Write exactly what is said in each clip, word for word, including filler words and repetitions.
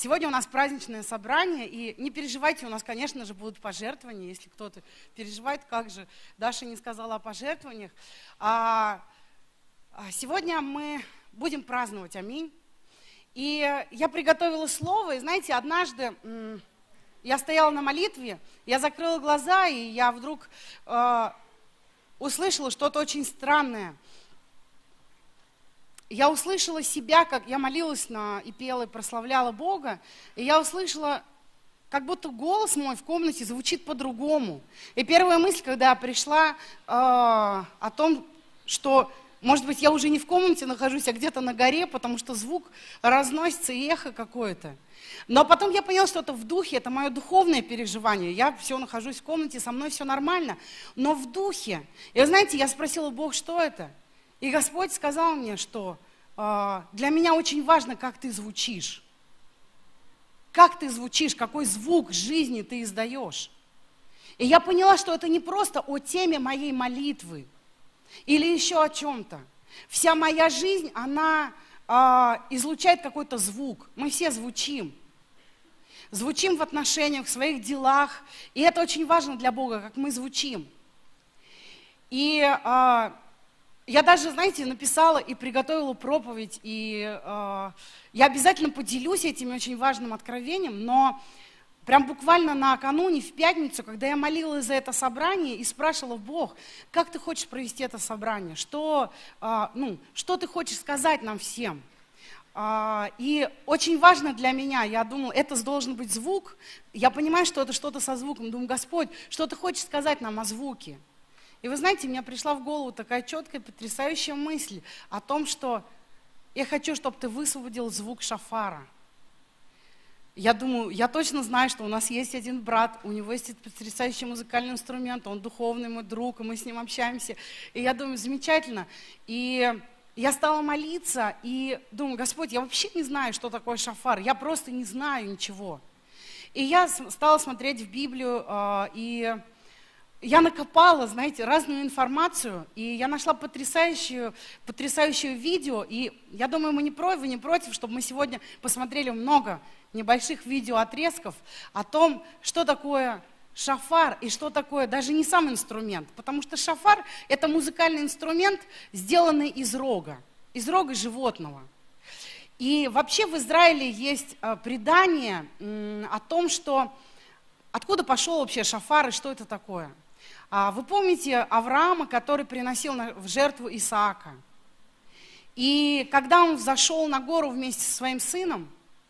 Сегодня у нас праздничное собрание, и не переживайте, у нас, конечно же, будут пожертвования, если кто-то переживает, как же Даша не сказала о пожертвованиях. А, а сегодня мы будем праздновать, аминь. И я приготовила слово, и знаете, однажды м, я стояла на молитве, я закрыла глаза, и я вдруг э, услышала что-то очень странное. Я услышала себя, как я молилась на, и пела, и прославляла Бога, и я услышала, как будто голос мой в комнате звучит по-другому. И первая мысль, когда я пришла э, о том, что, может быть, я уже не в комнате нахожусь, а где-то на горе, потому что звук разносится и эхо какое-то. Но потом я поняла, что это в духе, это мое духовное переживание. Я все нахожусь в комнате, со мной все нормально, но в духе. И вы знаете, я спросила: Бог, что это? И Господь сказал мне, что э, для меня очень важно, как ты звучишь. Как ты звучишь, какой звук жизни ты издаешь. И я поняла, что это не просто о теме моей молитвы или еще о чем-то. Вся моя жизнь, она э, излучает какой-то звук. Мы все звучим. Звучим в отношениях, в своих делах. И это очень важно для Бога, как мы звучим. И... Э, Я даже, знаете, написала и приготовила проповедь, и э, я обязательно поделюсь этим очень важным откровением, но прям буквально накануне, в пятницу, когда я молилась за это собрание и спрашивала: Бог, как ты хочешь провести это собрание, что, э, ну, что ты хочешь сказать нам всем? Э, и очень важно для меня, я думала, это должен быть звук, я понимаю, что это что-то со звуком, думаю: Господь, что ты хочешь сказать нам о звуке? И вы знаете, мне пришла в голову такая четкая, потрясающая мысль о том, что я хочу, чтобы ты высвободил звук шафара. Я думаю, я точно знаю, что у нас есть один брат, у него есть потрясающий музыкальный инструмент, он духовный мой друг, и мы с ним общаемся. И я думаю, замечательно. И я стала молиться, и думаю: Господь, я вообще не знаю, что такое шафар, я просто не знаю ничего. И я стала смотреть в Библию, и... Я накопала, знаете, разную информацию, и я нашла потрясающую, потрясающее видео, и я думаю, мы не против, вы не против, чтобы мы сегодня посмотрели много небольших видеоотрезков о том, что такое шафар и что такое даже не сам инструмент, потому что шафар – это музыкальный инструмент, сделанный из рога, из рога животного. И вообще в Израиле есть предание о том, что откуда пошел вообще шафар и что это такое. Вы помните Авраама, который приносил в жертву Исаака? И когда он взошел на гору вместе со своим сыном,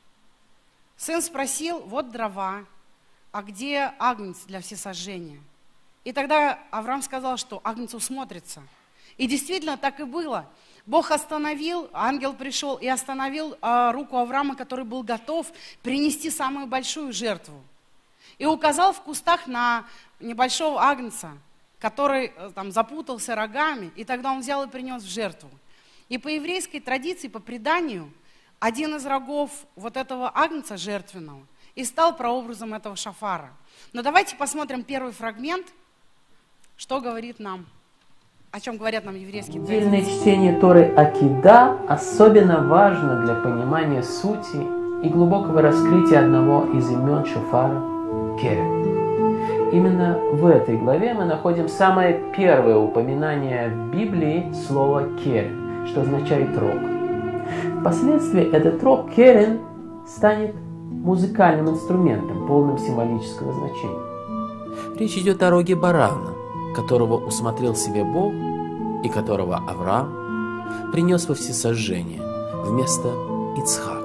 сын спросил: вот дрова, а где агнец для всесожжения? И тогда Авраам сказал, что агнец усмотрится. И действительно так и было. Бог остановил, ангел пришел и остановил руку Авраама, который был готов принести самую большую жертву. И указал в кустах на небольшого агнца, который там запутался рогами, и тогда он взял и принес в жертву. И по еврейской традиции, по преданию, один из рогов вот этого агнца жертвенного и стал прообразом этого шафара. Но давайте посмотрим первый фрагмент, что говорит нам, о чем говорят нам еврейские традиции. Отдельное чтение Торы Акида особенно важно для понимания сути и глубокого раскрытия одного из имен шафара – Керем. Именно в этой главе мы находим самое первое упоминание в Библии слова «керем», что означает «рог». Впоследствии этот рог керем станет музыкальным инструментом, полным символического значения. Речь идет о роге барана, которого усмотрел себе Бог и которого Авраам принес во всесожжение вместо Ицхака.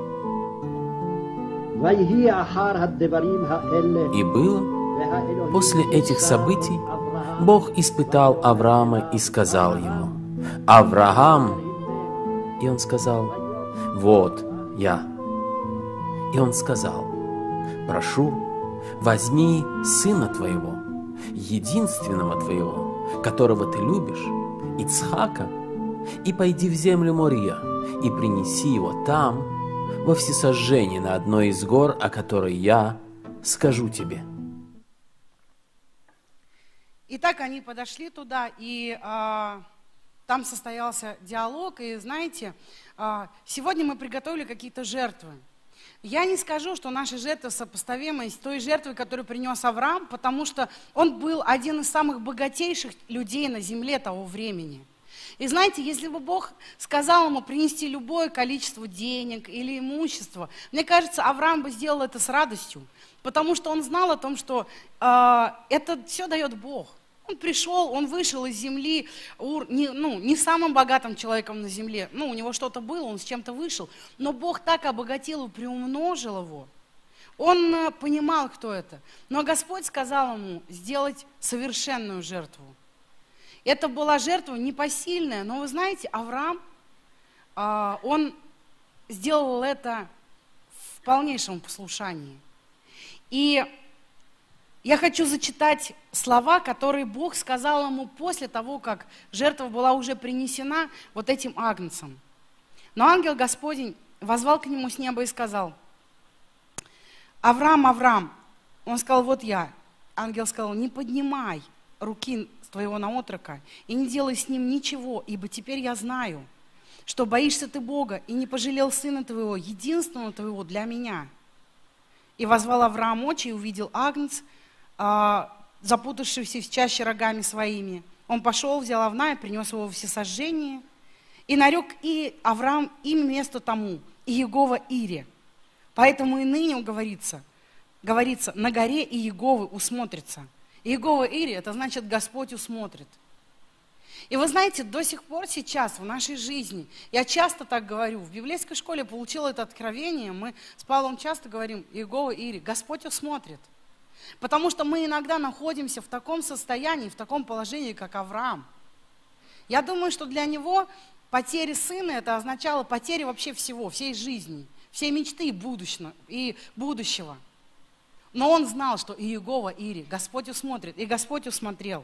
И было, после этих событий, Бог испытал Авраама и сказал ему: «Авраам!» И он сказал: «Вот я». И он сказал: «Прошу, возьми сына твоего, единственного твоего, которого ты любишь, Ицхака, и пойди в землю Мория, и принеси его там, во всесожжение на одной из гор, о которой я скажу тебе». Итак, они подошли туда, и а, там состоялся диалог. И знаете, а, сегодня мы приготовили какие-то жертвы. Я не скажу, что наша жертва сопоставима с той жертвой, которую принес Авраам, потому что он был один из самых богатейших людей на земле того времени. И знаете, если бы Бог сказал ему принести любое количество денег или имущества, мне кажется, Авраам бы сделал это с радостью, потому что он знал о том, что э, это все дает Бог. Он пришел, он вышел из земли, Ур, не, ну, не самым богатым человеком на земле. Ну, у него что-то было, он с чем-то вышел. Но Бог так обогатил и приумножил его. Он э, понимал, кто это. Но Господь сказал ему сделать совершенную жертву. Это была жертва непосильная, но вы знаете, Авраам, э, он сделал это в полнейшем послушании. И я хочу зачитать слова, которые Бог сказал ему после того, как жертва была уже принесена вот этим агнцем. Но ангел Господень воззвал к нему с неба и сказал: «Авраам, Авраам!» Он сказал: «Вот я». Ангел сказал: «Не поднимай руки твоего на отрока и не делай с ним ничего, ибо теперь я знаю, что боишься ты Бога и не пожалел сына твоего, единственного твоего для меня». И воззвал Авраам очи и увидел агнец, запутавшийся в чаще рогами своими. Он пошел, взял овна и принес его во всесожжение. И нарек и Авраам имя месту тому, Иегова Ире. Поэтому и ныне говорится, говорится, на горе Иеговы усмотрится. Иегова Ире, это значит Господь усмотрит. И вы знаете, до сих пор сейчас в нашей жизни, я часто так говорю, в библейской школе получила это откровение, мы с Павлом часто говорим: Иегова Ире, Господь усмотрит. Потому что мы иногда находимся в таком состоянии, в таком положении, как Авраам. Я думаю, что для него потеря сына, это означало потерю вообще всего, всей жизни, всей мечты и будущего. И будущего. Но он знал, что Иегова Ире, Господь усмотрит, и Господь усмотрел.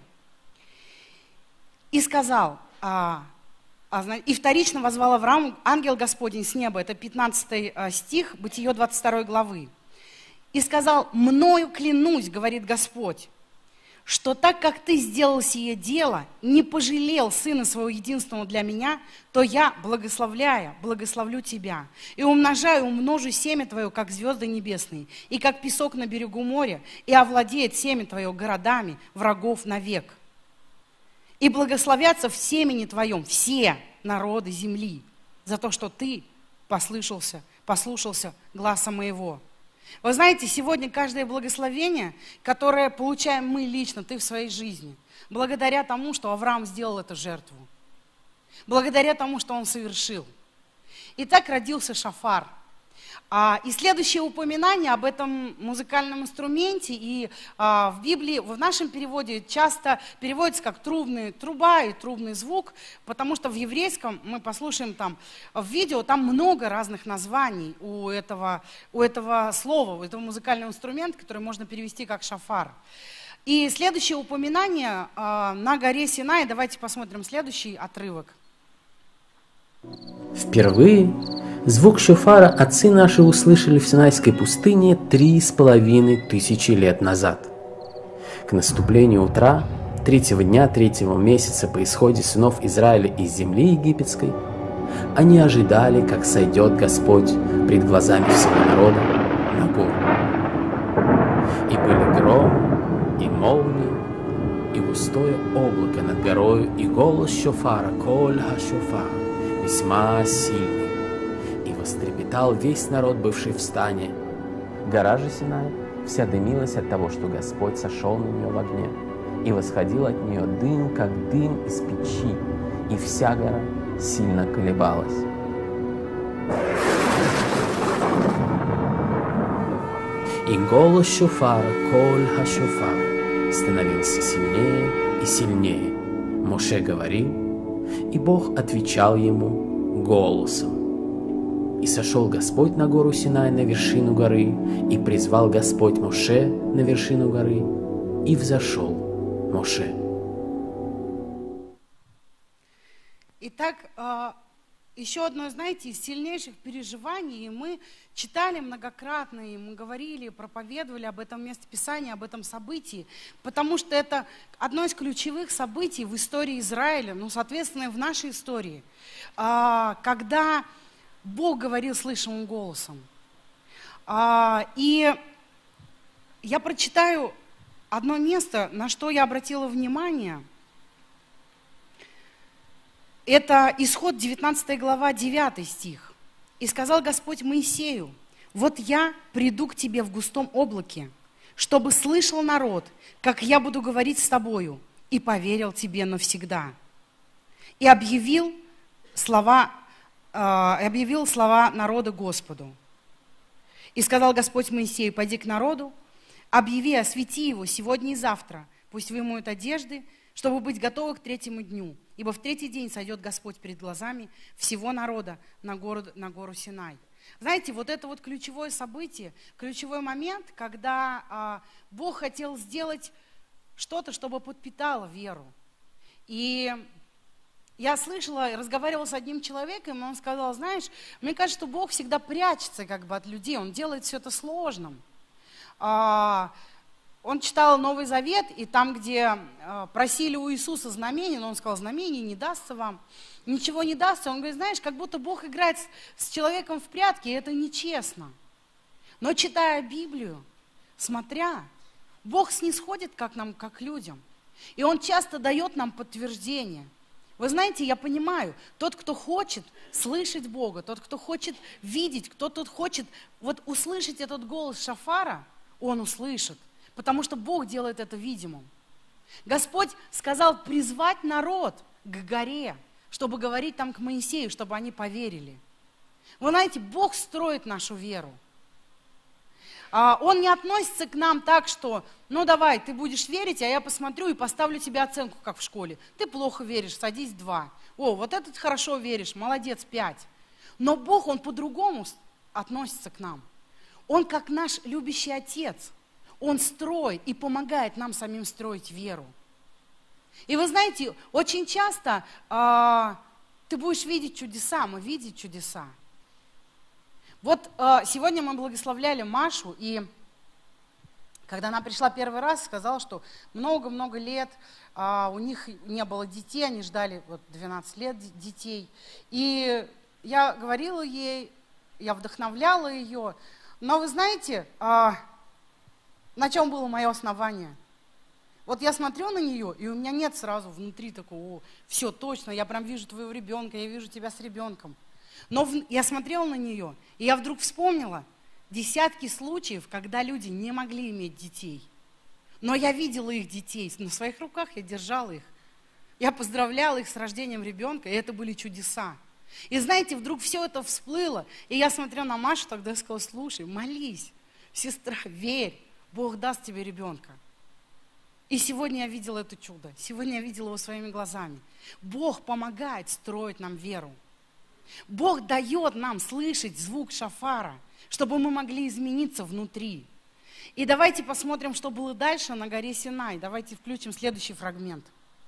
И сказал, а, а, и вторично воззвал Авраам ангел Господень с неба, это пятнадцатый а, стих, Бытие двадцать второй главы. И сказал: «Мною клянусь, говорит Господь, что так как ты сделал сие дело, не пожалел сына своего единственного для меня, то я, благословляя, благословлю тебя, и умножаю, умножу семя твое, как звезды небесные, и как песок на берегу моря, и овладеет семя твое городами врагов навек. И благословятся в семени твоем все народы земли за то, что ты послушался, послушался гласа моего». Вы знаете, сегодня каждое благословение, которое получаем мы лично, ты в своей жизни, благодаря тому, что Авраам сделал эту жертву, благодаря тому, что он совершил. И так родился шафар. И следующее упоминание об этом музыкальном инструменте, и в Библии, в нашем переводе часто переводится как трубный, труба и трубный звук, потому что в еврейском, мы послушаем там в видео, там много разных названий у этого, у этого слова, у этого музыкального инструмента, который можно перевести как шафар. И следующее упоминание на горе Синай, давайте посмотрим следующий отрывок. Впервые звук шофара отцы наши услышали в Синайской пустыне три с половиной тысячи лет назад. К наступлению утра, третьего дня третьего месяца по исходе сынов Израиля из земли египетской, они ожидали, как сойдет Господь пред глазами всего народа на гору. И были гром, и молнии, и густое облако над горою, и голос шофара, коль ха-шофар, весьма сильный. И вострепетал весь народ, бывший в стане. Гора же Синай вся дымилась от того, что Господь сошел на нее в огне, и восходил от нее дым, как дым из печи, и вся гора сильно колебалась. И голос шофара, коль ха-шофар, становился сильнее и сильнее. Моше говорил, и Бог отвечал ему голосом. И сошел Господь на гору Синай, на вершину горы, и призвал Господь Моше на вершину горы, и взошел Моше. Итак, еще одно, знаете, из сильнейших переживаний, и мы читали многократно, и мы говорили, проповедовали об этом месте Писания, об этом событии, потому что это одно из ключевых событий в истории Израиля, ну, соответственно, и в нашей истории, когда Бог говорил слышимым голосом. А, и я прочитаю одно место, на что я обратила внимание. Это Исход, девятнадцатая глава, девятый стих. «И сказал Господь Моисею: вот я приду к тебе в густом облаке, чтобы слышал народ, как я буду говорить с тобою, и поверил тебе навсегда». И объявил слова, э, объявил слова народа Господу. «И сказал Господь Моисею: пойди к народу, объяви, освети его сегодня и завтра, пусть вымоют одежды, чтобы быть готовы к третьему дню. Ибо в третий день сойдет Господь перед глазами всего народа на гору, на гору Синай». Знаете, вот это вот ключевое событие, ключевой момент, когда а, Бог хотел сделать что-то, чтобы подпитало веру. И я слышала, разговаривала с одним человеком, и он сказал: знаешь, мне кажется, что Бог всегда прячется как бы от людей, Он делает все это сложным. А, Он читал Новый Завет, и там, где э, просили у Иисуса знамений, но Он сказал: знамений не дастся вам, ничего не дастся. Он говорит: знаешь, как будто Бог играет с, с человеком в прятки, и это нечестно. Но читая Библию, смотря, Бог снисходит как нам, как людям. И Он часто дает нам подтверждение. Вы знаете, я понимаю, тот, кто хочет слышать Бога, тот, кто хочет видеть, кто тут хочет вот услышать этот голос шафара, он услышит. Потому что Бог делает это видимым. Господь сказал призвать народ к горе, чтобы говорить там к Моисею, чтобы они поверили. Вы знаете, Бог строит нашу веру. Он не относится к нам так, что, ну давай, ты будешь верить, а я посмотрю и поставлю тебе оценку, как в школе. Ты плохо веришь, садись два. О, вот этот хорошо веришь, молодец, пять. Но Бог, Он по-другому относится к нам. Он как наш любящий Отец. Он строит и помогает нам самим строить веру. И вы знаете, очень часто э, ты будешь видеть чудеса, мы видим чудеса. Вот э, сегодня мы благословляли Машу, и когда она пришла первый раз, сказала, что много-много лет э, у них не было детей, они ждали вот, двенадцать лет детей. И я говорила ей, я вдохновляла ее, но вы знаете, э, на чем было мое основание? Вот я смотрю на нее, и у меня нет сразу внутри такого: о, все точно, я прям вижу твоего ребенка, я вижу тебя с ребенком. Но в, я смотрела на нее, и я вдруг вспомнила десятки случаев, когда люди не могли иметь детей. Но я видела их детей, на своих руках я держала их. Я поздравляла их с рождением ребенка, и это были чудеса. И знаете, вдруг все это всплыло, и я смотрела на Машу, тогда я сказала: слушай, молись, сестра, верь, Бог даст тебе ребенка. И сегодня я видела это чудо, сегодня я видела его своими глазами. Бог помогает строить нам веру. Бог дает нам слышать звук шафара, чтобы мы могли измениться внутри. И давайте посмотрим, что было дальше на горе Синай. Давайте включим следующий фрагмент.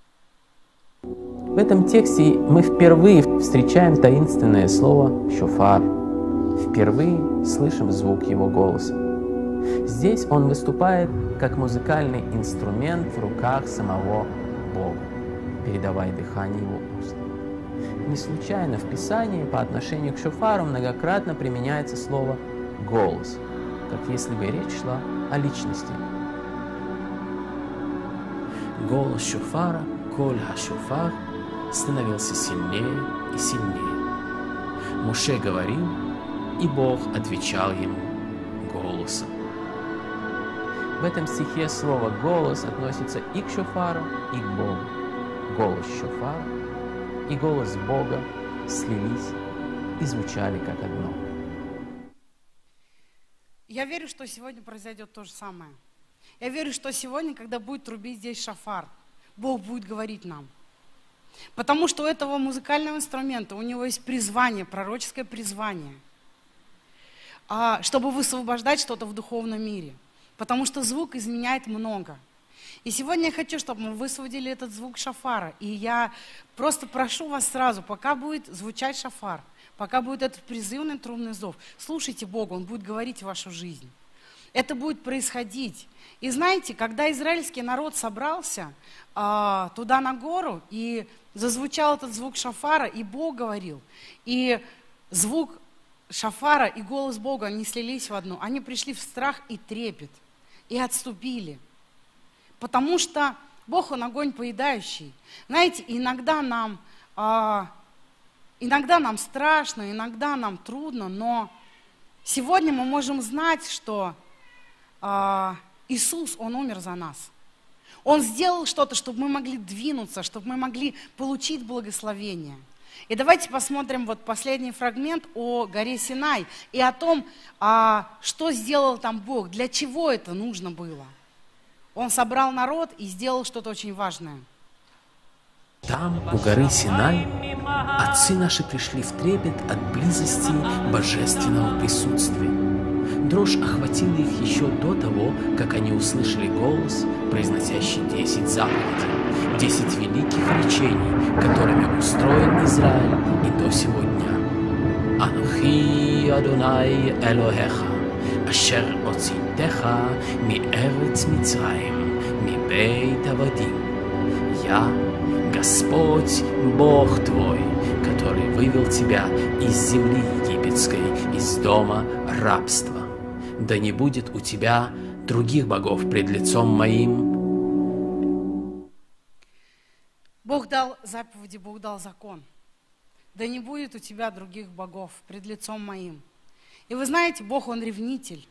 В этом тексте мы впервые встречаем таинственное слово «шофар». Впервые слышим звук его голоса. Здесь он выступает как музыкальный инструмент в руках самого Бога, передавая дыхание его уст. Не случайно в Писании по отношению к шофару многократно применяется слово «голос», как если бы речь шла о личности. Голос шофара, коль ха-шофар, становился сильнее и сильнее. Моше говорил, и Бог отвечал ему голосом. В этом стихе слово «голос» относится и к шофару, и к Богу. Голос шофара и голос Бога слились и звучали как одно. Я верю, что сегодня произойдет то же самое. Я верю, что сегодня, когда будет трубить здесь шофар, Бог будет говорить нам. Потому что у этого музыкального инструмента, у него есть призвание, пророческое призвание, чтобы высвобождать что-то в духовном мире. Потому что звук изменяет много. И сегодня я хочу, чтобы мы высвободили этот звук шофара. И я просто прошу вас сразу, пока будет звучать шофар, пока будет этот призывный трубный зов, слушайте Бога, Он будет говорить в вашу жизнь. Это будет происходить. И знаете, когда израильский народ собрался э, туда на гору, и зазвучал этот звук шофара, и Бог говорил, и звук шафара и голос Бога, они слились в одно. Они пришли в страх и трепет, и отступили. Потому что Бог, Он огонь поедающий. Знаете, иногда нам, а, иногда нам страшно, иногда нам трудно, но сегодня мы можем знать, что а, Иисус, Он умер за нас. Он сделал что-то, чтобы мы могли двинуться, чтобы мы могли получить благословение. И давайте посмотрим вот последний фрагмент о горе Синай и о том, а, что сделал там Бог, для чего это нужно было. Он собрал народ и сделал что-то очень важное. Там, у горы Синай, отцы наши пришли в трепет от близости божественного присутствия. Дрожь охватила их еще до того, как они услышали голос, произносящий десять заповедей, десять великих речений, которыми устроен Израиль и до сего дня. Анухи Адонай Элохеха, Ашер оцитеха миэрец Мицраим, мибейт авадим. Я, Господь, Бог твой, который вывел тебя из земли египетской, из дома рабства. Да не будет у тебя других богов пред лицом моим. Бог дал заповеди, Бог дал закон. Да не будет у тебя других богов пред лицом моим. И вы знаете, Бог, Он ревнитель.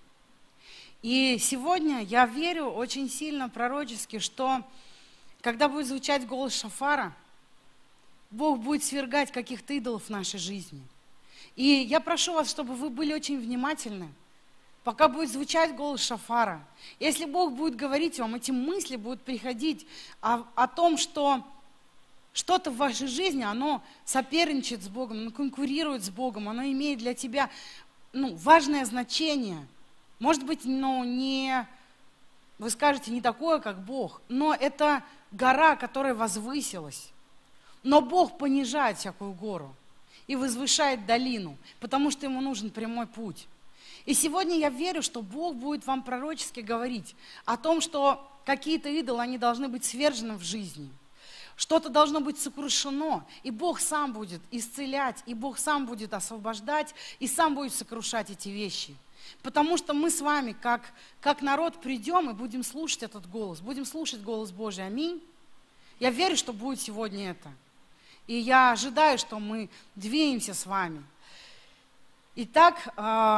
И сегодня я верю очень сильно пророчески, что когда будет звучать голос шафара, Бог будет свергать каких-то идолов в нашей жизни. И я прошу вас, чтобы вы были очень внимательны, пока будет звучать голос шафара. Если Бог будет говорить вам, эти мысли будут приходить о, о том, что что-то в вашей жизни, оно соперничает с Богом, оно конкурирует с Богом, оно имеет для тебя ну, важное значение. Может быть, ну, не, вы скажете, не такое, как Бог, но это гора, которая возвысилась. Но Бог понижает всякую гору и возвышает долину, потому что Ему нужен прямой путь. И сегодня я верю, что Бог будет вам пророчески говорить о том, что какие-то идолы, они должны быть свержены в жизни. Что-то должно быть сокрушено, и Бог сам будет исцелять, и Бог сам будет освобождать, и сам будет сокрушать эти вещи. Потому что мы с вами, как, как народ, придем и будем слушать этот голос, будем слушать голос Божий. Аминь. Я верю, что будет сегодня это. И я ожидаю, что мы двинемся с вами. Итак,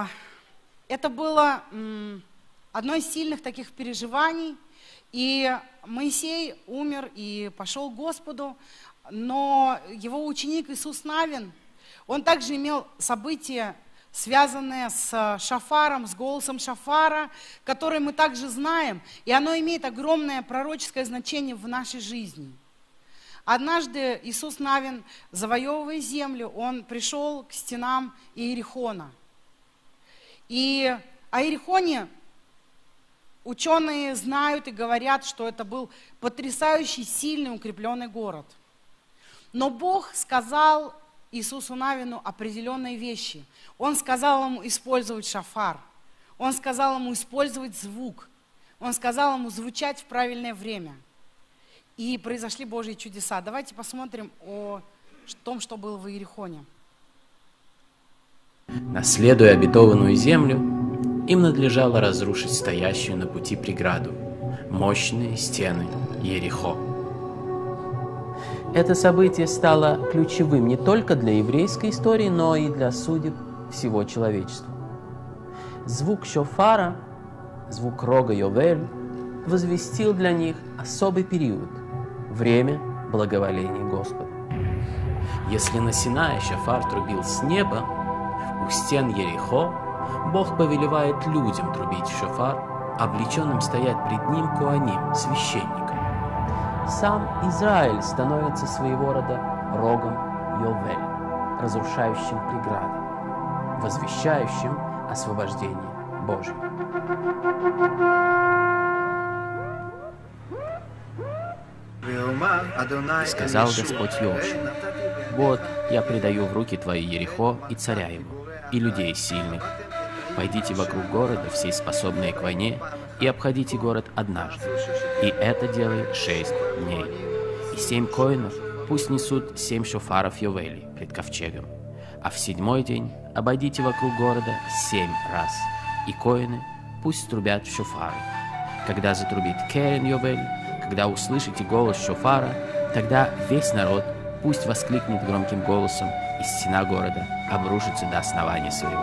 это было одно из сильных таких переживаний. И Моисей умер и пошел к Господу, но его ученик Иисус Навин, он также имел события, связанные с шафаром, с голосом шафара, который мы также знаем, и оно имеет огромное пророческое значение в нашей жизни. Однажды Иисус Навин, завоевывая землю, он пришел к стенам Иерихона. И о Иерихоне ученые знают и говорят, что это был потрясающий, сильный, укрепленный город. Но Бог сказал Иисусу Навину определенные вещи. Он сказал ему использовать шафар. Он сказал ему использовать звук. Он сказал ему звучать в правильное время. И произошли Божьи чудеса. Давайте посмотрим о том, что было в Иерихоне. Наследуя обетованную землю, им надлежало разрушить стоящую на пути преграду, мощные стены Иерихо. Это событие стало ключевым не только для еврейской истории, но и для судеб всего человечества. Звук шофара, звук рога Йовель, возвестил для них особый период, время благоволения Господа. Если на Синае шофар трубил с неба, у стен Иерихо Бог повелевает людям трубить в шофар, облеченным стоять пред ним коаним, священником. Сам Израиль становится своего рода рогом Йовель, разрушающим преграды, возвещающим освобождение Божие. И сказал Господь Йошу: «Вот я предаю в руки твои Иерихо и царя его, и людей сильных. Пойдите вокруг города, все способные к войне, и обходите город однажды. И это делай шесть дней. И семь коинов пусть несут семь шофаров Йовели пред ковчегом. А в седьмой день обойдите вокруг города семь раз, и коины пусть трубят в шофары. Когда затрубит Керен Йовель, когда услышите голос шофара, тогда весь народ пусть воскликнет громким голосом, и стена города обрушится до основания своего.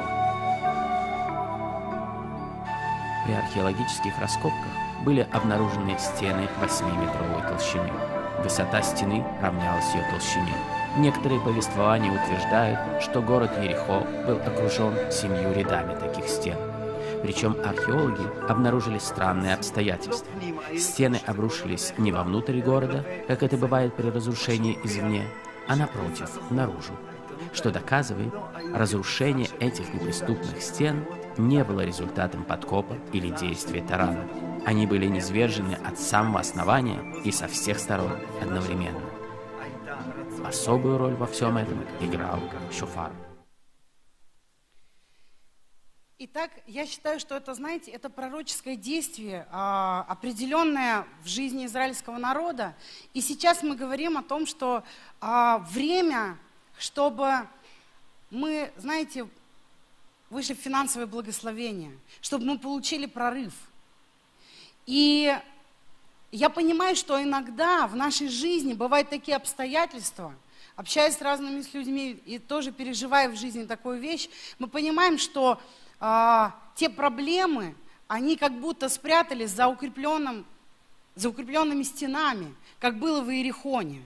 При археологических раскопках были обнаружены стены восьмиметровой толщины. Высота стены равнялась ее толщине. Некоторые повествования утверждают, что город Ерихо был окружен семью рядами таких стен. Причем археологи обнаружили странные обстоятельства. Стены обрушились не вовнутрь города, как это бывает при разрушении извне, а напротив, наружу. Что доказывает, разрушение этих неприступных стен не было результатом подкопа или действия тарана. Они были низвержены от самого основания и со всех сторон одновременно. Особую роль во всем этом играл шофар. Итак, я считаю, что это, знаете, это пророческое действие, а, определенное в жизни израильского народа. И сейчас мы говорим о том, что а, время, чтобы мы, знаете, вышли в финансовое благословение, чтобы мы получили прорыв. И я понимаю, что иногда в нашей жизни бывают такие обстоятельства, общаясь с разными с людьми и тоже переживая в жизни такую вещь, мы понимаем, что а, те проблемы, они как будто спрятались за, укрепленным, за укрепленными стенами, как было в Иерихоне.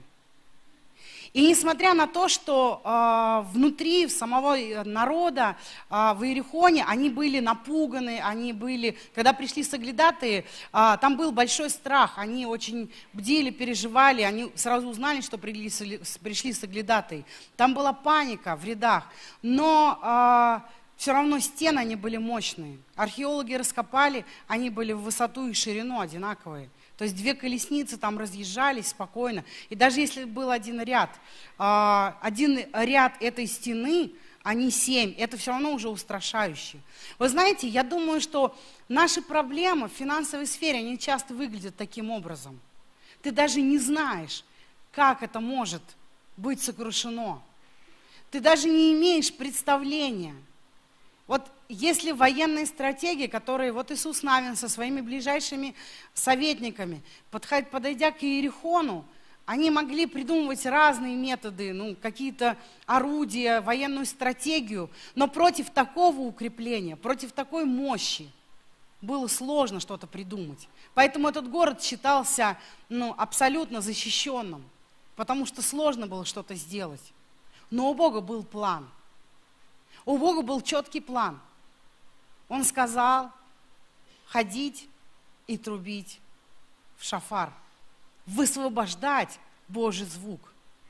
И несмотря на то, что э, внутри самого народа э, в Иерихоне они были напуганы, они были, когда пришли соглядатые, э, там был большой страх, они очень бдили, переживали, они сразу узнали, что пришли, пришли соглядатые. Там была паника в рядах, но э, все равно стены они были мощные. Археологи раскопали, они были в высоту и ширину одинаковые. То есть две колесницы там разъезжались спокойно. И даже если был один ряд, один ряд этой стены, а не семь, это все равно уже устрашающе. Вы знаете, я думаю, что наши проблемы в финансовой сфере, они часто выглядят таким образом. Ты даже не знаешь, как это может быть сокрушено. Ты даже не имеешь представления. Вот если военные стратегии, которые вот Иисус Навин со своими ближайшими советниками, подойдя к Иерихону, они могли придумывать разные методы, ну, какие-то орудия, военную стратегию, но против такого укрепления, против такой мощи было сложно что-то придумать. Поэтому этот город считался, ну, абсолютно защищенным, потому что сложно было что-то сделать. Но у Бога был план. У Бога был четкий план. Он сказал ходить и трубить в шофар, высвобождать Божий звук.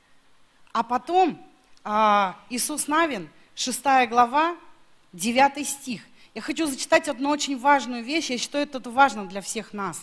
А потом а, Иисус Навин, шестая глава, девятый стих. Я хочу зачитать одну очень важную вещь, я считаю, это важно для всех нас.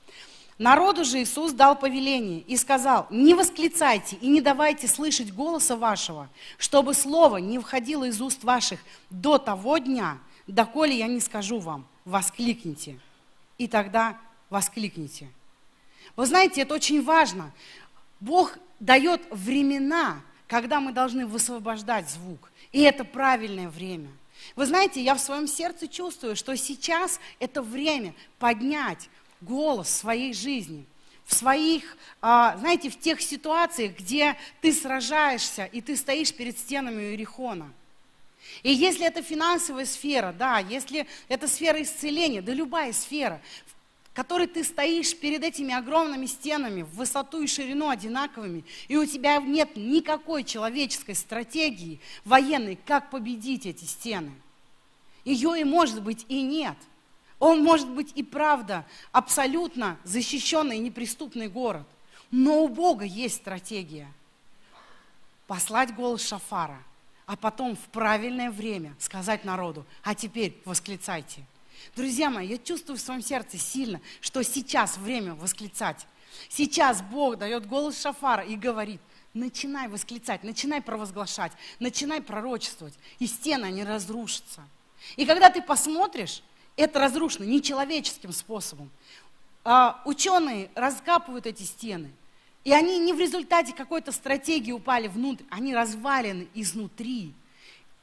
Народу же Иисус дал повеление и сказал: не восклицайте и не давайте слышать голоса вашего, чтобы слово не входило из уст ваших до того дня, доколе я не скажу вам: воскликните. И тогда воскликните. Вы знаете, это очень важно. Бог дает времена, когда мы должны высвобождать звук. И это правильное время. Вы знаете, я в своем сердце чувствую, что сейчас это время поднять голос в своей жизни, в своих, знаете, в тех ситуациях, где ты сражаешься, и ты стоишь перед стенами Иерихона. И если это финансовая сфера, да, если это сфера исцеления, да любая сфера, в которой ты стоишь перед этими огромными стенами, в высоту и ширину одинаковыми, и у тебя нет никакой человеческой стратегии военной, как победить эти стены. Ее и может быть и нет. Он может быть и правда абсолютно защищенный и неприступный город. Но у Бога есть стратегия. Послать голос шофара, а потом в правильное время сказать народу: а теперь восклицайте. Друзья мои, я чувствую в своем сердце сильно, что сейчас время восклицать. Сейчас Бог дает голос шофара и говорит: начинай восклицать, начинай провозглашать, начинай пророчествовать, и стены, они разрушатся. И когда ты посмотришь, это разрушено нечеловеческим способом. А, ученые раскапывают эти стены, и они не в результате какой-то стратегии упали внутрь, они развалены изнутри.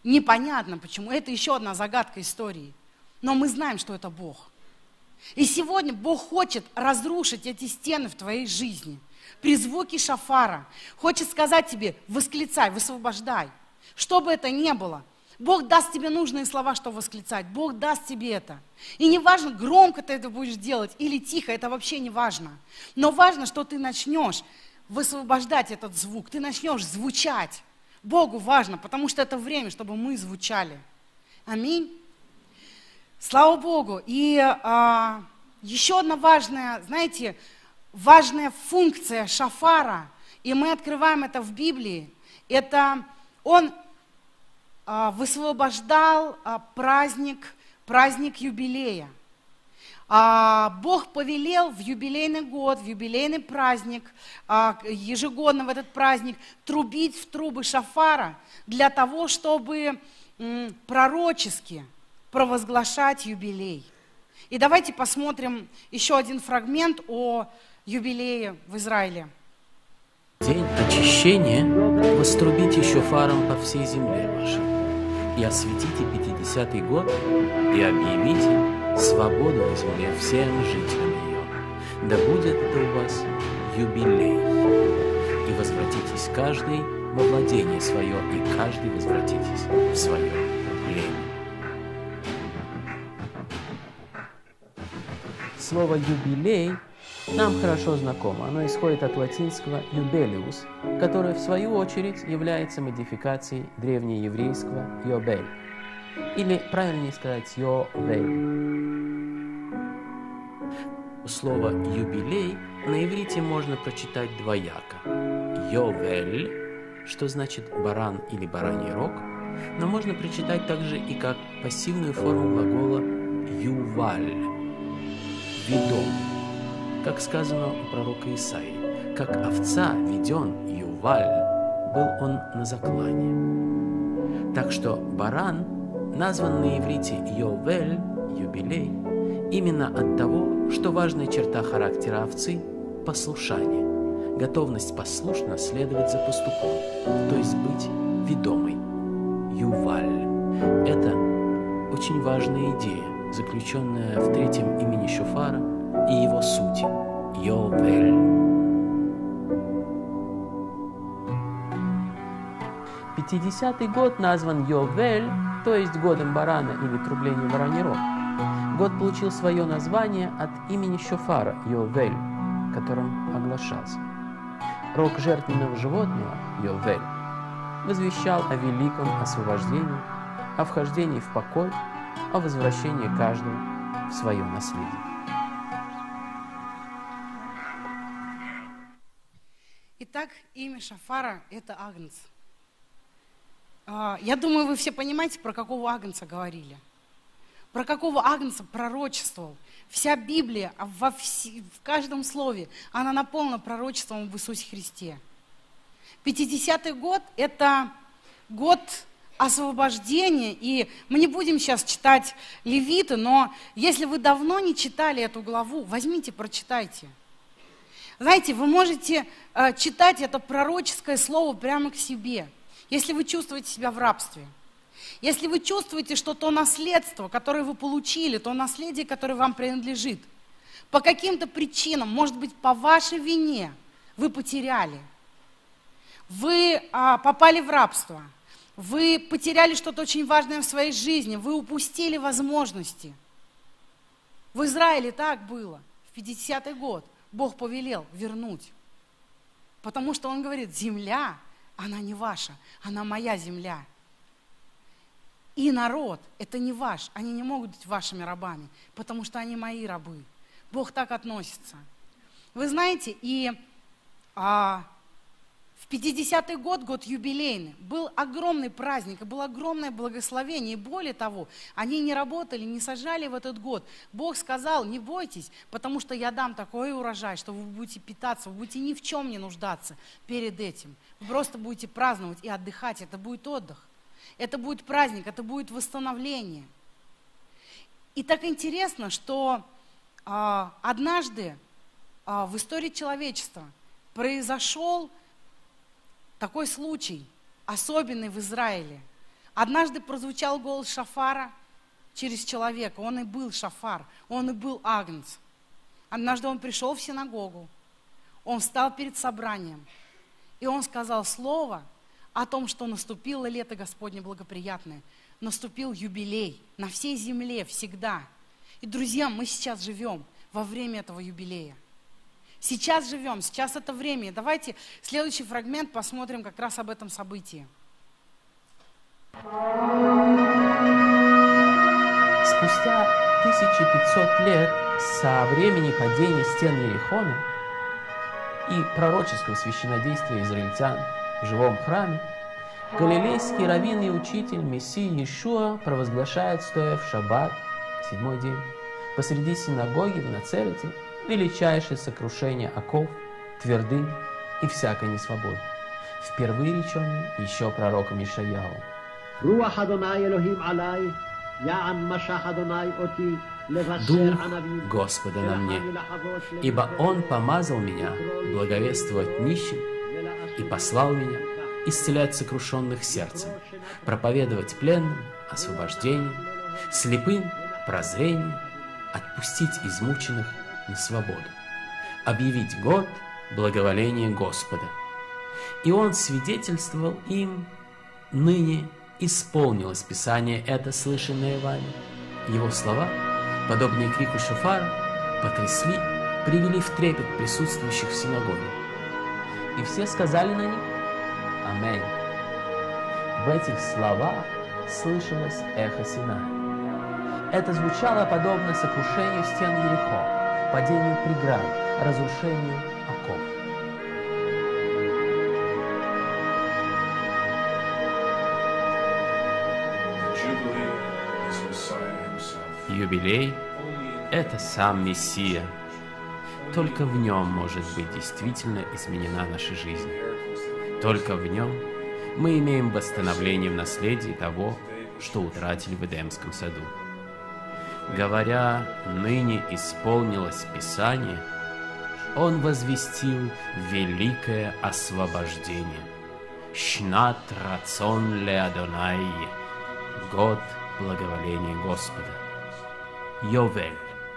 Непонятно почему. Это еще одна загадка истории. Но мы знаем, что это Бог. И сегодня Бог хочет разрушить эти стены в твоей жизни. При звуке шафара. Хочет сказать тебе: восклицай, высвобождай. Что бы это ни было. Бог даст тебе нужные слова, что восклицать. Бог даст тебе это. И не важно, громко ты это будешь делать или тихо, это вообще не важно. Но важно, что ты начнешь высвобождать этот звук. Ты начнешь звучать. Богу важно, потому что это время, чтобы мы звучали. Аминь. Слава Богу. И а, еще одна важная, знаете, важная функция шафара, и мы открываем это в Библии, это он а, высвобождал а, праздник, праздник юбилея. А, Бог повелел в юбилейный год, в юбилейный праздник, а, ежегодно в этот праздник трубить в трубы шафара для того, чтобы м, пророчески провозглашать юбилей. И давайте посмотрим еще один фрагмент о юбилее в Израиле. День очищения вострубите шофаром по всей земле вашей, и осветите пятидесятый год, и объявите свободу на земле всем жителям ее. Да будет это у вас юбилей, и возвратитесь каждый во владение свое, и каждый возвратитесь в свое племя. Слово «юбилей» нам хорошо знакомо. Оно исходит от латинского «юбелиус», которое, в свою очередь, является модификацией древнееврейского «йобель», или, правильнее сказать, «йовель». Слово «юбилей» на иврите можно прочитать двояко. «Йовель», что значит «баран» или «бараний рог», но можно прочитать также и как пассивную форму глагола «юваль», ведомый, как сказано у пророка Исаии, как овца веден Юваль, был он на заклане. Так что баран назван на иврите Йовель, юбилей, именно от того, что важная черта характера овцы – послушание, готовность послушно следовать за пастухом, то есть быть ведомой. Юваль – это очень важная идея, заключенная в третьем имени шофара и его сути – Йовель. Пятидесятый год назван Йовель, то есть годом барана или трублением бараний рог. Год получил свое название от имени шофара Йовель, которым оглашался. Рог жертвенного животного Йовель возвещал о великом освобождении, о вхождении в покой, о возвращении каждого в свое наследие. Итак, имя шафара – это агнец. Я думаю, вы все понимаете, про какого агнца говорили. Про какого агнца пророчествовал. Вся Библия, во вс... в каждом слове, она наполнена пророчеством об Иисусе Христе. Пятидесятый год – это год освобождения, и мы не будем сейчас читать Левиты, но если вы давно не читали эту главу, возьмите, прочитайте. Знаете, вы можете э, читать это пророческое слово прямо к себе, если вы чувствуете себя в рабстве. Если вы чувствуете, что то наследство, которое вы получили, то наследие, которое вам принадлежит, по каким-то причинам, может быть, по вашей вине, вы потеряли. Вы а, попали в рабство. Вы потеряли что-то очень важное в своей жизни. Вы упустили возможности. В Израиле так было. В пятидесятый год Бог повелел вернуть. Потому что Он говорит, земля, она не ваша, она моя земля. И народ, это не ваш, они не могут быть вашими рабами, потому что они мои рабы. Бог так относится. Вы знаете, и а, в пятидесятый год, год юбилейный, был огромный праздник, и было огромное благословение. И более того, они не работали, не сажали в этот год. Бог сказал, не бойтесь, потому что я дам такой урожай, что вы будете питаться, вы будете ни в чем не нуждаться перед этим. Вы просто будете праздновать и отдыхать, это будет отдых. Это будет праздник, это будет восстановление. И так интересно, что а, однажды а, в истории человечества произошел такой случай, особенный в Израиле. Однажды прозвучал голос шафара через человека. Он и был шафар, он и был агнец. Однажды он пришел в синагогу, он встал перед собранием, и он сказал слово о том, что наступило лето Господне благоприятное, наступил юбилей на всей земле всегда. И, друзья, мы сейчас живем во время этого юбилея. Сейчас живем, сейчас это время. Давайте следующий фрагмент посмотрим как раз об этом событии. Спустя тысяча пятьсот лет со времени падения стен Иерихона и пророческого священнодействия израильтян в живом храме, галилейский раввин и учитель Мессии Иешуа провозглашает, стоя в шаббат, седьмой день, посреди синагоги в Нацерете, величайшее сокрушение оков, твердынь и всякой несвободы, впервые реченный еще пророком Ишаяу. Дух Господа на мне, ибо Он помазал меня благовествовать нищим и послал меня исцелять сокрушенных сердцем, проповедовать пленным освобождение, слепым прозрение, отпустить измученных на свободу, объявить год благоволения Господа. И Он свидетельствовал им: ныне исполнилось Писание это, слышанное вами. Его слова, подобные крику шофара, потрясли, привели в трепет присутствующих в синагоге. И все сказали на них: Аминь. В этих словах слышалось эхо Синая. Это звучало подобно сокрушению стен Иерихо, падению преград, разрушению оков. Юбилей – это сам Мессия. Только в нем может быть действительно изменена наша жизнь. Только в нем мы имеем восстановление в наследии того, что утратили в Эдемском саду. Говоря «ныне исполнилось Писание», он возвестил великое освобождение. «Шнат рацон ле Адонай» – год благоволения Господа. Йовель.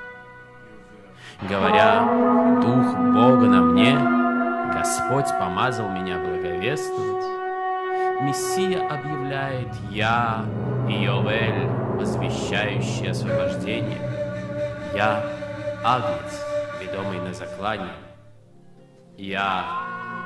Говоря «Дух Бога на мне», Господь помазал меня благовествовать, Мессия объявляет «Я, Йовель, возвещающий освобождение, я, агнец, ведомый на заклание, я,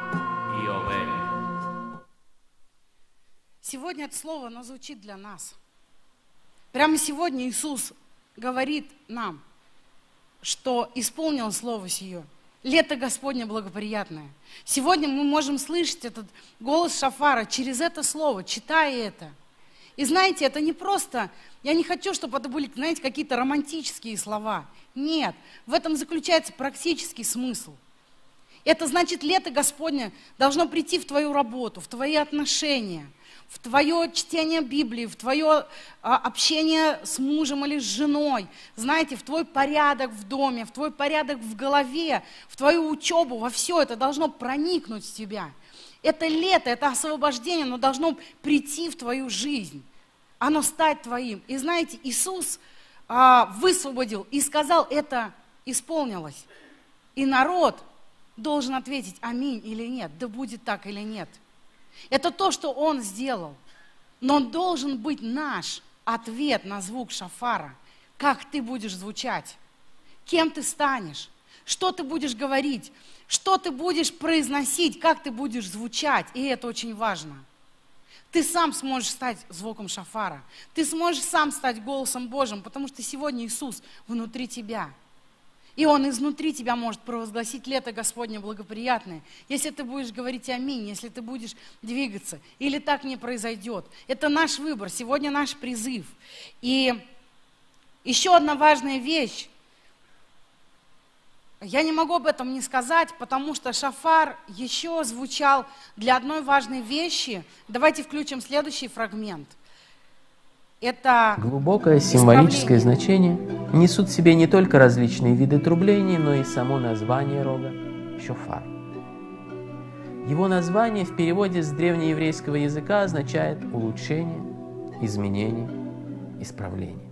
Йовель». Сегодня это слово, оно звучит для нас. Прямо сегодня Иисус говорит нам, что исполнилось слово сие. Лето Господне благоприятное. Сегодня мы можем слышать этот голос шофара через это слово, читая это. И знаете, это не просто, я не хочу, чтобы это были, знаете, какие-то романтические слова. Нет, в этом заключается практический смысл. Это значит, лето Господне должно прийти в твою работу, в твои отношения, в твое чтение Библии, в твое а, общение с мужем или с женой, знаете, в твой порядок в доме, в твой порядок в голове, в твою учебу, во все это должно проникнуть в тебя. Это лето, это освобождение, оно должно прийти в твою жизнь, оно стать твоим. И знаете, Иисус а, высвободил и сказал, это исполнилось. И народ должен ответить, аминь или нет, да будет так или нет. Это то, что Он сделал. Но должен быть наш ответ на звук шофара. Как ты будешь звучать? Кем ты станешь? Что ты будешь говорить? Что ты будешь произносить? Как ты будешь звучать? И это очень важно. Ты сам сможешь стать звуком шофара. Ты сможешь сам стать голосом Божьим, потому что сегодня Иисус внутри тебя. И Он изнутри тебя может провозгласить лето Господне благоприятное. Если ты будешь говорить аминь, если ты будешь двигаться, или так не произойдет. Это наш выбор, сегодня наш призыв. И еще одна важная вещь. Я не могу об этом не сказать, потому что шофар еще звучал для одной важной вещи. Давайте включим следующий фрагмент. Это глубокое символическое значение несут в себе не только различные виды трублений, но и само название рога – шофар. Его название в переводе с древнееврейского языка означает «улучшение», изменений, исправлений.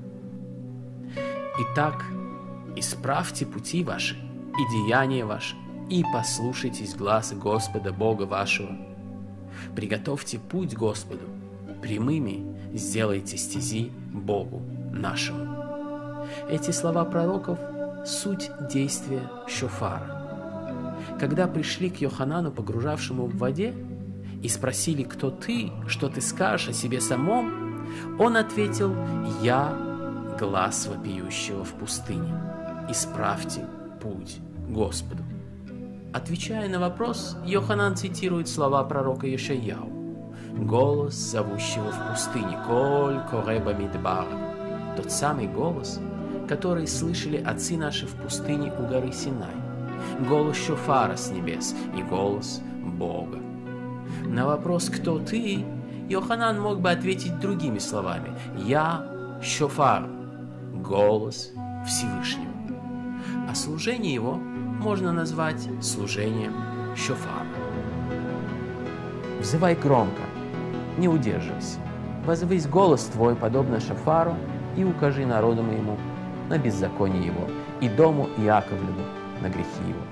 Итак, исправьте пути ваши и деяния ваши, и послушайтесь гласа Господа Бога вашего. Приготовьте путь Господу, прямыми сделайте стези Богу нашему. Эти слова пророков – суть действия шофара. Когда пришли к Йоханану, погружавшему в воде, и спросили: «Кто ты? Что ты скажешь о себе самом?» Он ответил: «Я глас вопиющего в пустыне. Исправьте путь Господу». Отвечая на вопрос, Йоханан цитирует слова пророка Йешаяу: «Голос, зовущего в пустыне, коль коре бамидбар». Тот самый голос, который слышали отцы наши в пустыне у горы Синай. Голос шофара с небес и голос Бога. На вопрос «Кто ты?» Йоханан мог бы ответить другими словами: «Я шофар, голос Всевышнего». А служение его можно назвать служением шофара. Взывай громко, не удерживайся. Возвысь голос твой, подобно шофару, и укажи народу моему на беззаконие его, и дому Иаковлеву на грехи его.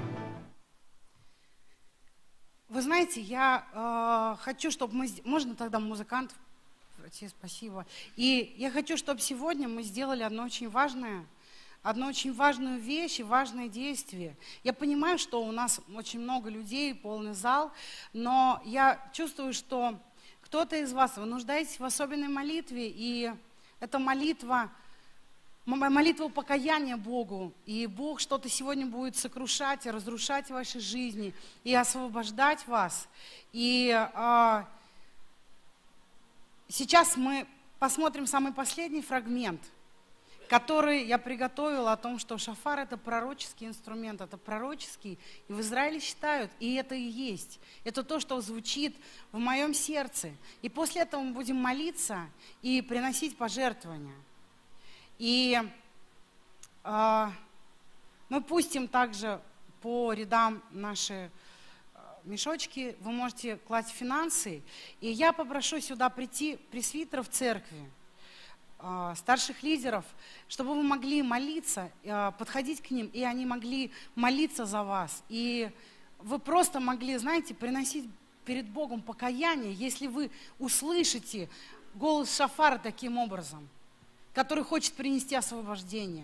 Вы знаете, я э, хочу, чтобы мы... Можно тогда музыкантов? Спасибо. И я хочу, чтобы сегодня мы сделали одно очень важное, одну очень важную вещь и важное действие. Я понимаю, что у нас очень много людей, полный зал, но я чувствую, что кто-то из вас, вы нуждаетесь в особенной молитве, и эта молитва, молитва покаяния Богу, и Бог что-то сегодня будет сокрушать и разрушать в вашей жизни, и освобождать вас. И э, сейчас мы посмотрим самый последний фрагмент, который я приготовила, о том, что шофар – это пророческий инструмент, это пророческий, и в Израиле считают, и это и есть. Это то, что звучит в моем сердце. И после этого мы будем молиться и приносить пожертвования. И э, мы пустим также по рядам наши мешочки, вы можете класть финансы, и я попрошу сюда прийти пресвитеров церкви, старших лидеров, чтобы вы могли молиться, подходить к ним, и они могли молиться за вас. И вы просто могли, знаете, приносить перед Богом покаяние, если вы услышите голос шофара таким образом, который хочет принести освобождение.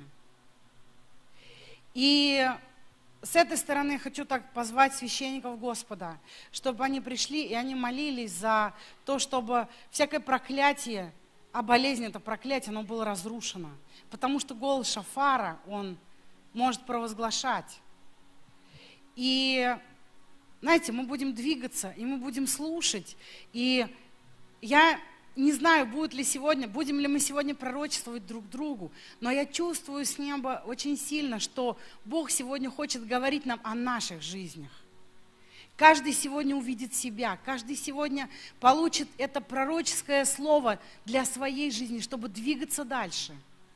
И с этой стороны я хочу так позвать священников Господа, чтобы они пришли и они молились за то, чтобы всякое проклятие, а болезнь, это проклятие, оно было разрушено. Потому что голос шофара, он может провозглашать. И, знаете, мы будем двигаться, и мы будем слушать. И я не знаю, будет ли сегодня, будем ли мы сегодня пророчествовать друг другу, но я чувствую с неба очень сильно, что Бог сегодня хочет говорить нам о наших жизнях. Каждый сегодня увидит себя, каждый сегодня получит это пророческое слово для своей жизни, чтобы двигаться дальше.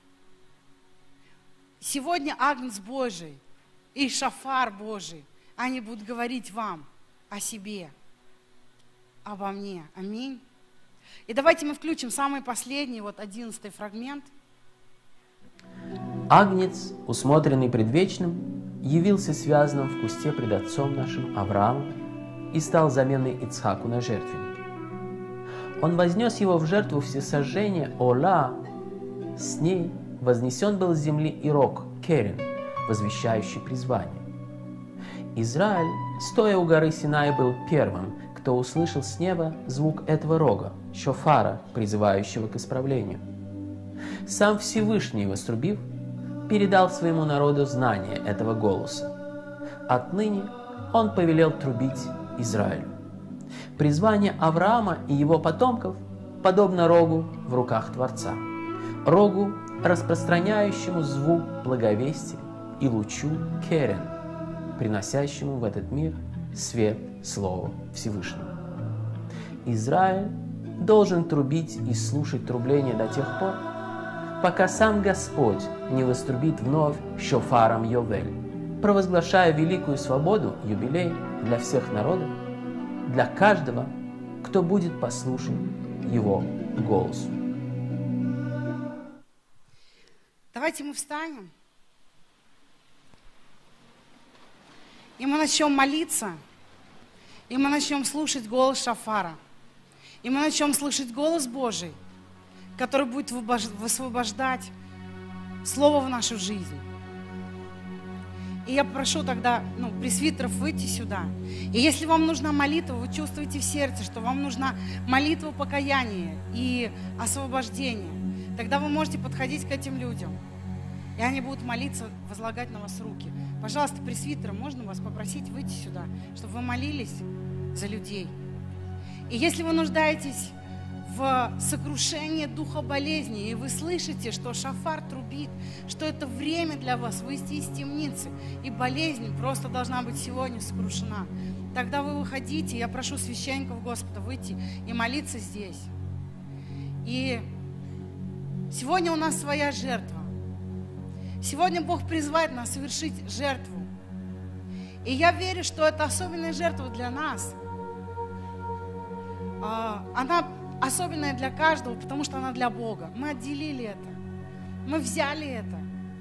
Сегодня Агнец Божий и шофар Божий, они будут говорить вам о себе, обо мне. Аминь. И давайте мы включим самый последний, вот одиннадцатый фрагмент. Агнец, усмотренный предвечным, явился связанным в кусте пред отцом нашим Авраамом и стал заменой Ицхаку на жертвенник. Он вознес его в жертву всесожжения Ола, с ней вознесен был с земли и рог Керен, возвещающий призвание. Израиль, стоя у горы Синай, был первым, кто услышал с неба звук этого рога, шофара, призывающего к исправлению. Сам Всевышний, вострубив, передал своему народу знание этого голоса. Отныне он повелел трубить Израилю. Призвание Авраама и его потомков подобно рогу в руках Творца, рогу, распространяющему звук благовестия и лучу Керен, приносящему в этот мир свет Слова Всевышнего. Израиль должен трубить и слушать трубление до тех пор, пока сам Господь не вострубит вновь шофаром Йовель, провозглашая великую свободу, юбилей для всех народов, для каждого, кто будет послушен Его голосу. Давайте мы встанем, и мы начнем молиться, и мы начнем слушать голос шафара, и мы начнем слышать голос Божий, который будет высвобождать Слово в нашу жизнь. И я прошу тогда, ну, пресвитеров выйти сюда. И если вам нужна молитва, вы чувствуете в сердце, что вам нужна молитва покаяния и освобождения, тогда вы можете подходить к этим людям. И они будут молиться, возлагать на вас руки. Пожалуйста, пресвитеры, можно вас попросить выйти сюда, чтобы вы молились за людей. И если вы нуждаетесь в сокрушении духа болезни, и вы слышите, что шафар трубит, что это время для вас выйти из темницы, и болезнь просто должна быть сегодня сокрушена, тогда вы выходите, я прошу священников Господа выйти и молиться здесь. И сегодня у нас своя жертва. Сегодня Бог призывает нас совершить жертву. И я верю, что это особенная жертва для нас. Она особенная для каждого, потому что она для Бога. Мы отделили это. Мы взяли это.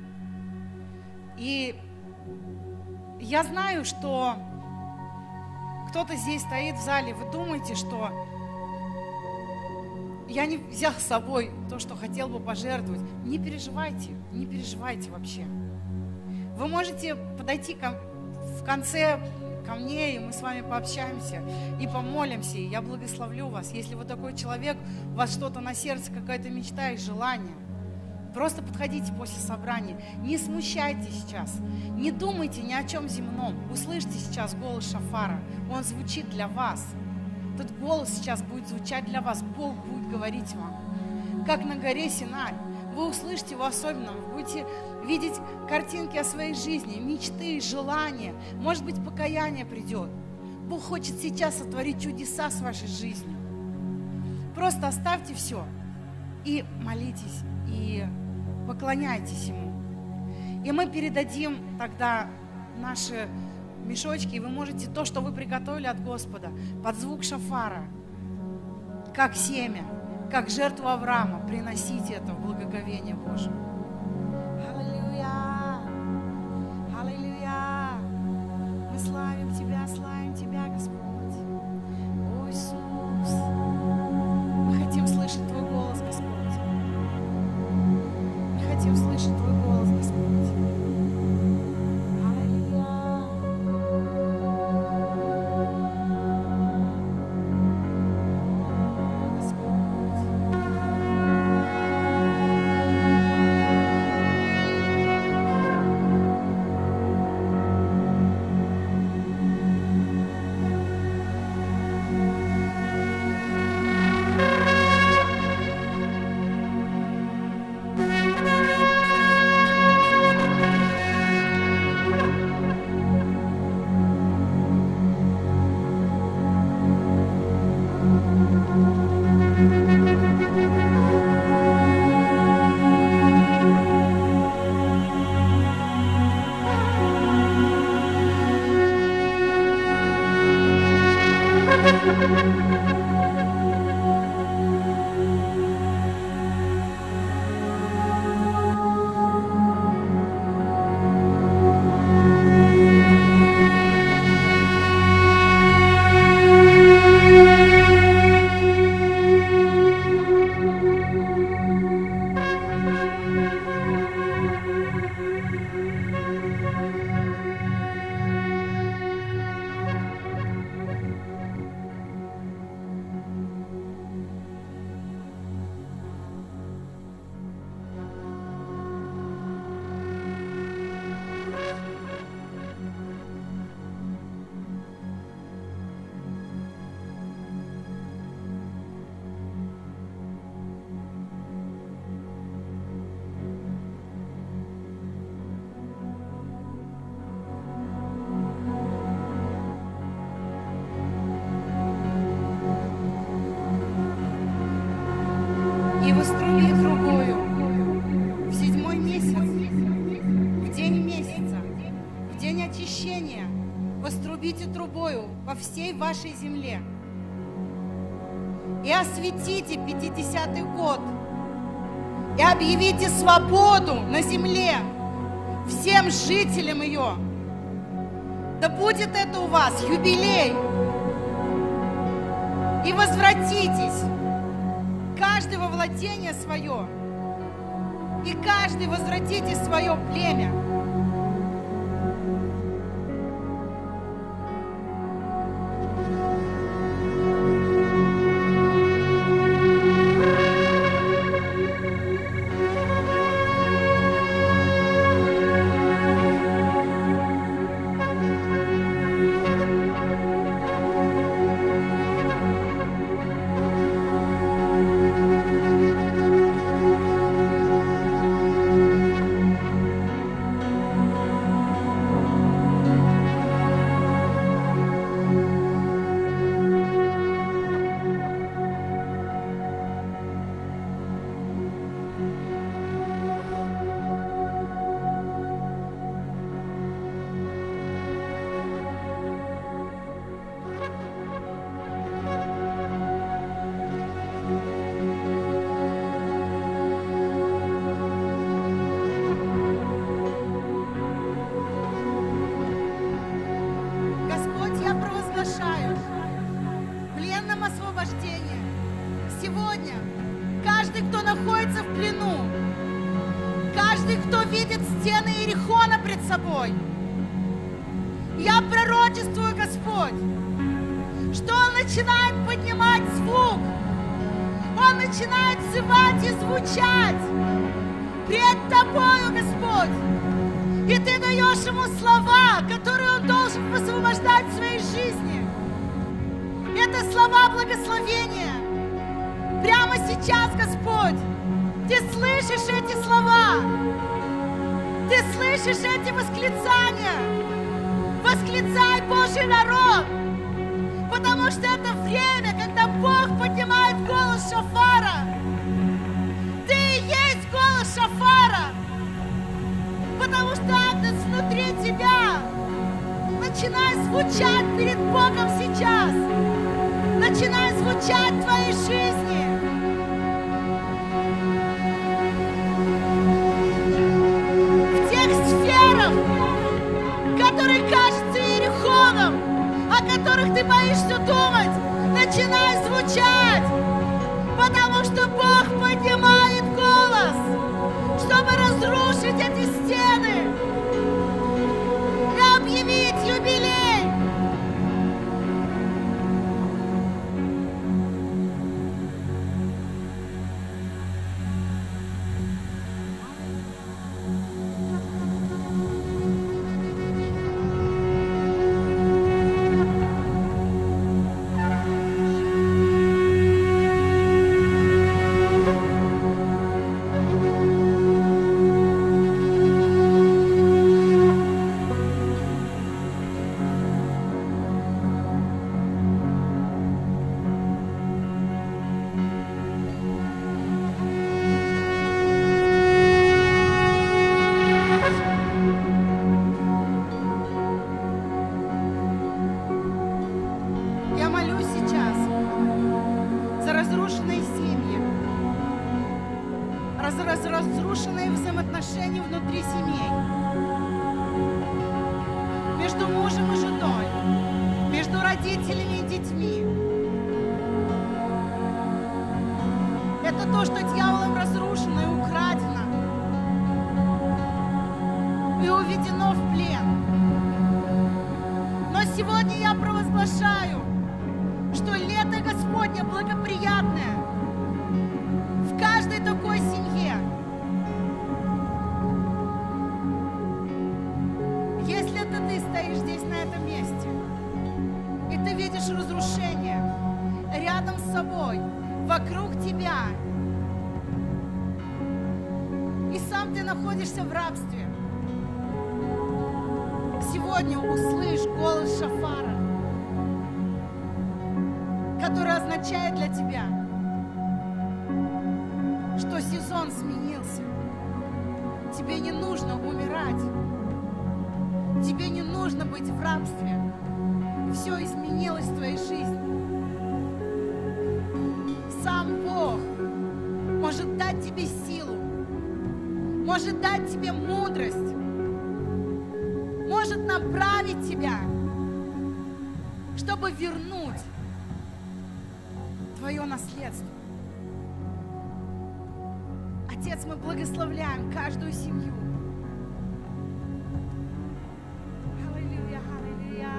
И я знаю, что кто-то здесь стоит в зале, вы думаете, что я не взял с собой то, что хотел бы пожертвовать. Не переживайте, не переживайте вообще. Вы можете подойти ко, в конце ко мне, и мы с вами пообщаемся и помолимся, и я благословлю вас. Если вы такой человек, у вас что-то на сердце, какая-то мечта и желание, просто подходите после собрания. Не смущайтесь сейчас, не думайте ни о чем земном. Услышьте сейчас голос шафара, он звучит для вас. Этот голос сейчас будет звучать для вас, Бог будет говорить вам. Как на горе Синай, вы услышите его особенно, вы будете видеть картинки о своей жизни, мечты, желания. Может быть, покаяние придет. Бог хочет сейчас сотворить чудеса с вашей жизнью. Просто оставьте все и молитесь, и поклоняйтесь Ему. И мы передадим тогда наши мешочки, и вы можете то, что вы приготовили от Господа, под звук шафара, как семя, как жертву Авраама, приносите это в благоговение Божие. Аллилуйя! Аллилуйя! Мы славим Тебя, славим Тебя, Господь. О, Иисус! Мы хотим слышать Твой голос, Господь. Мы хотим слышать Твой голос, Господь. И воструби трубою в седьмой месяц, в день месяца, в день очищения, вострубите трубою по всей вашей земле. и осветите пятидесятый год, и объявите свободу на земле всем жителям ее. Да будет это у вас юбилей, и возвратитесь, каждый во владение свое, и каждый возвратите свое племя. Сегодня каждый, кто находится в плену, каждый, кто видит стены Иерихона пред собой, я пророчествую, Господь, что он начинает поднимать звук, он начинает взывать и звучать пред Тобою, Господь. И Ты даешь ему слова, которые он должен высвобождать в своей жизни. Это слова благословения. Прямо сейчас, Господь, Ты слышишь эти слова, Ты слышишь эти восклицания. Восклицай, Божий народ, потому что это время, когда Бог поднимает голос шофара. Ты и есть голос шофара, потому что Агнец внутри тебя. Начинай звучать перед Богом сейчас. Начинай звучать в твоей жизни. В тех сферах, которые кажутся Иерихоном, о которых ты боишься думать, начинай звучать, потому что Бог поднимает голос, чтобы разрушить эти стены и объявить юбилей. Разрушенные взаимоотношения внутри семей, между мужем и женой, между родителями и детьми. Это то, что дьяволом разрушено и украдено, и уведено в плен. Но сегодня я провозглашаю, что лето Господне благоприятное в каждой такой семье. Если это ты стоишь здесь, на этом месте, и ты видишь разрушение рядом с собой, вокруг тебя, и сам ты находишься в рабстве, сегодня услышь голос шофара, который означает для тебя, что сезон сменился. Тебе не нужно умирать. Тебе не нужно быть в рабстве. Все изменилось в твоей жизни. сам Бог может дать тебе силу, может дать тебе мудрость, может направить тебя, чтобы вернуть твое наследство. Отец, мы благословляем каждую семью. Аллилуйя, аллилуйя.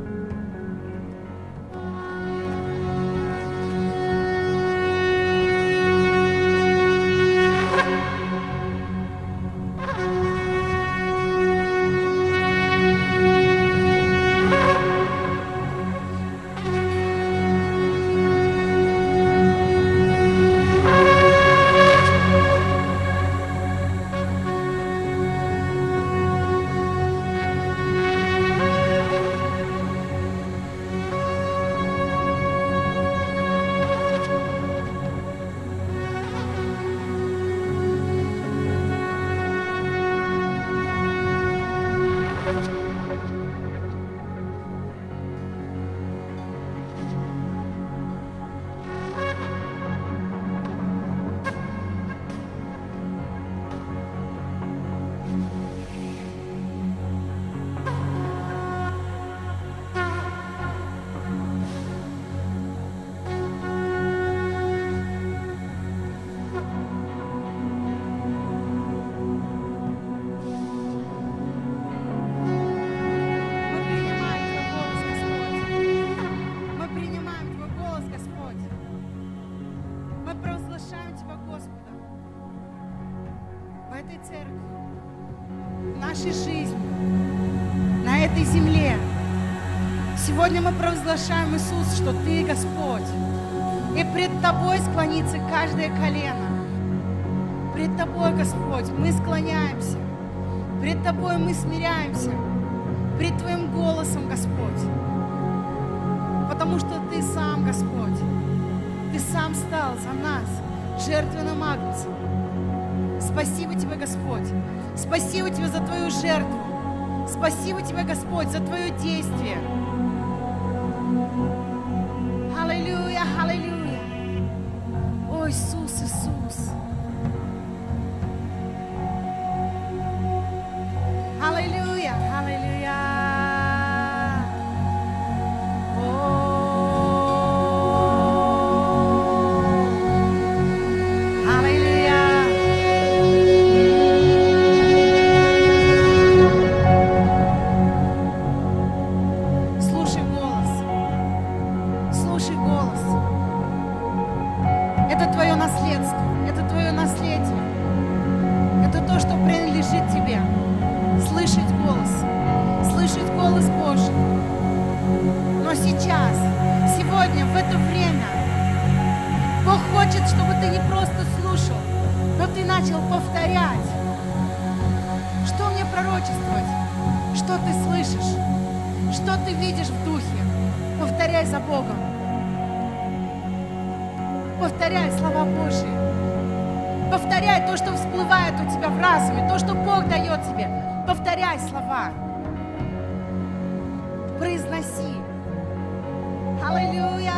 Сегодня мы провозглашаем, Иисус, что Ты Господь. И пред Тобой склонится каждое колено. Пред Тобой, Господь, мы склоняемся. Пред Тобой мы смиряемся. Пред Твоим голосом, Господь. Потому что Ты сам, Господь. Ты сам стал за нас жертвенным агнцем. Спасибо Тебе, Господь. Спасибо Тебе за Твою жертву. Спасибо Тебе, Господь, за Твое действие. Аллилуйя, аллилуйя. О, Иисус, Иисус. Аллилуйя, аллилуйя. Повторяй слова Божьи. Повторяй то, что всплывает у тебя в разуме, то, что Бог дает тебе. Повторяй слова. Произноси. Аллилуйя.